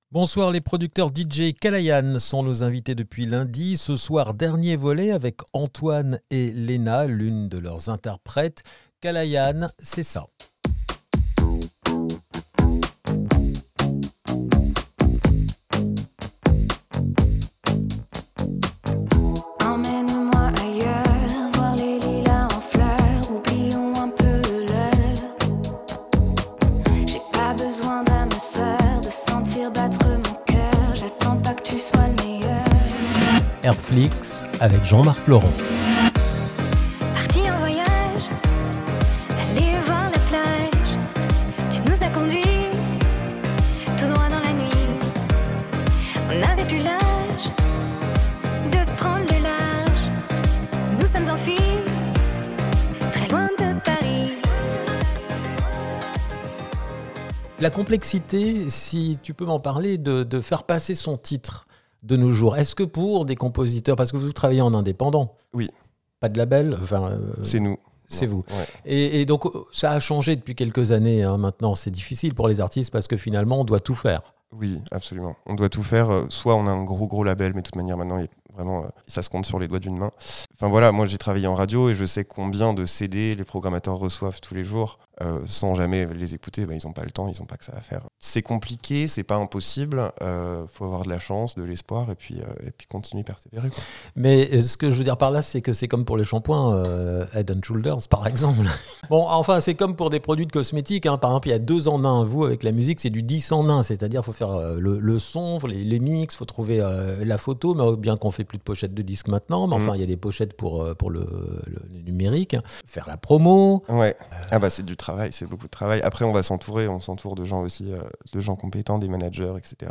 Bonsoir, les producteurs DJ Kalayan sont nos invités depuis lundi. Ce soir, dernier volet avec Antoine et Léna, l'une de leurs interprètes. Kalayan, c'est ça. Emmène-moi ailleurs, voir les lilas en fleurs, oublions un peu l'heure. J'ai pas besoin d'âme sœur, de sentir battre mon cœur, j'attends pas que tu sois le meilleur. Airflix avec Jean-Marc Laurent. Parti en voyage, aller voir la plage, tu nous as conduits tout droit dans la nuit. On n'avait plus l'âge de prendre le large, nous sommes enfuis très loin de Paris. La complexité, si tu peux m'en parler, de faire passer son titre de nos jours. Est-ce que pour des compositeurs, parce que vous travaillez en indépendant, Oui, pas de label, c'est nous. c'est vous. Ouais. Et donc ça a changé depuis quelques années. Maintenant, c'est difficile pour les artistes parce que finalement, on doit tout faire. Oui, absolument. On doit tout faire. Soit on a un gros label, mais de toute manière, maintenant, vraiment, ça se compte sur les doigts d'une main. Enfin voilà, moi j'ai travaillé en radio et je sais combien de CD les programmateurs reçoivent tous les jours. Sans jamais les écouter, ils n'ont pas le temps, ils n'ont pas que ça à faire. C'est compliqué, c'est pas impossible. Faut avoir de la chance, de l'espoir et puis continuer, persévérer, quoi. Mais ce que je veux dire par là, c'est que c'est comme pour les shampoings, Head and Shoulders par exemple. Bon, enfin, c'est comme pour des produits de cosmétiques. Par exemple, il y a 2 en 1. Vous, avec la musique, c'est du 10 en 1. C'est-à-dire, il faut faire le son, les mix, il faut trouver la photo. Mais bien qu'on fait plus de pochettes de disques maintenant, mais enfin, il y a des pochettes pour le numérique. Faire la promo. Ouais. C'est du travail, c'est beaucoup de travail. Après, on s'entoure de gens aussi, de gens compétents, des managers, etc.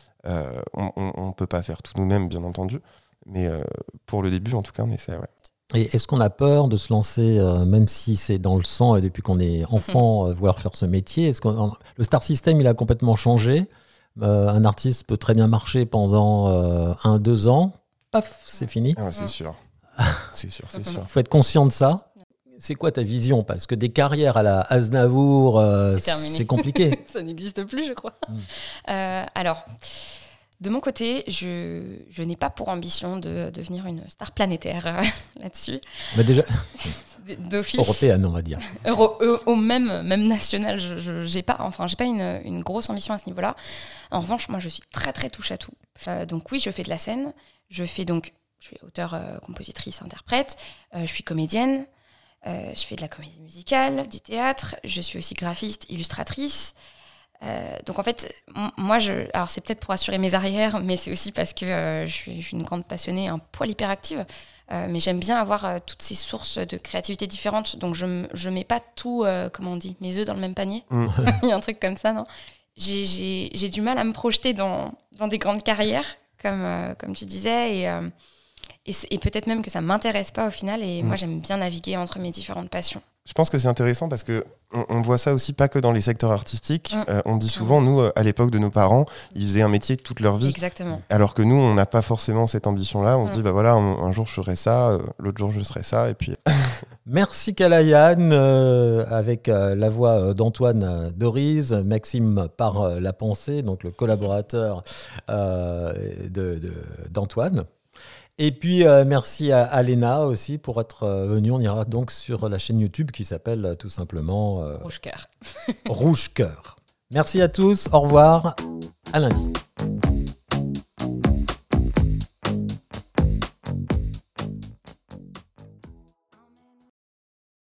On peut pas faire tout nous-mêmes, bien entendu. Mais pour le début, en tout cas, on essaie, ouais. Et est-ce qu'on a peur de se lancer, même si c'est dans le sang et depuis qu'on est enfant, vouloir faire ce métier? Le star system, il a complètement changé. Un artiste peut très bien marcher pendant 1-2 ans. Paf, c'est fini. Ah ouais, c'est sûr. C'est sûr. Il faut être conscient de ça. C'est quoi ta vision? Parce que des carrières à la Aznavour, c'est compliqué. Ça n'existe plus, je crois. Alors, de mon côté, je n'ai pas pour ambition de devenir une star planétaire là-dessus. Mais déjà, D'office. européenne, on va dire. Au même national, j'ai pas une grosse ambition à ce niveau-là. En revanche, moi, je suis très, très touche à tout. Donc oui, je fais de la scène. Je suis auteure, compositrice, interprète. Je suis comédienne. Je fais de la comédie musicale, du théâtre. Je suis aussi graphiste, illustratrice. Donc en fait, moi, alors c'est peut-être pour assurer mes arrières, mais c'est aussi parce que je suis une grande passionnée, un poil hyperactive. Mais j'aime bien avoir toutes ces sources de créativité différentes. Donc je mets pas tout, comment on dit, mes œufs dans le même panier. Il y a un truc comme ça, non? J'ai du mal à me projeter dans des grandes carrières, comme tu disais, et peut-être même que ça m'intéresse pas au final. Et moi, j'aime bien naviguer entre mes différentes passions. Je pense que c'est intéressant parce que on voit ça aussi pas que dans les secteurs artistiques. On dit souvent, nous, à l'époque de nos parents, ils faisaient un métier toute leur vie. Exactement. Alors que nous, on n'a pas forcément cette ambition-là. On se dit, voilà, un jour je ferai ça, l'autre jour je serai ça, et puis... Merci Kalayan, avec la voix d'Antoine Doriz, Maxime par la pensée, donc le collaborateur d'Antoine. Et puis merci à Léna aussi pour être venue. On ira donc sur la chaîne YouTube qui s'appelle tout simplement Rouge Cœur. Rouge Cœur. Merci à tous, au revoir, à lundi.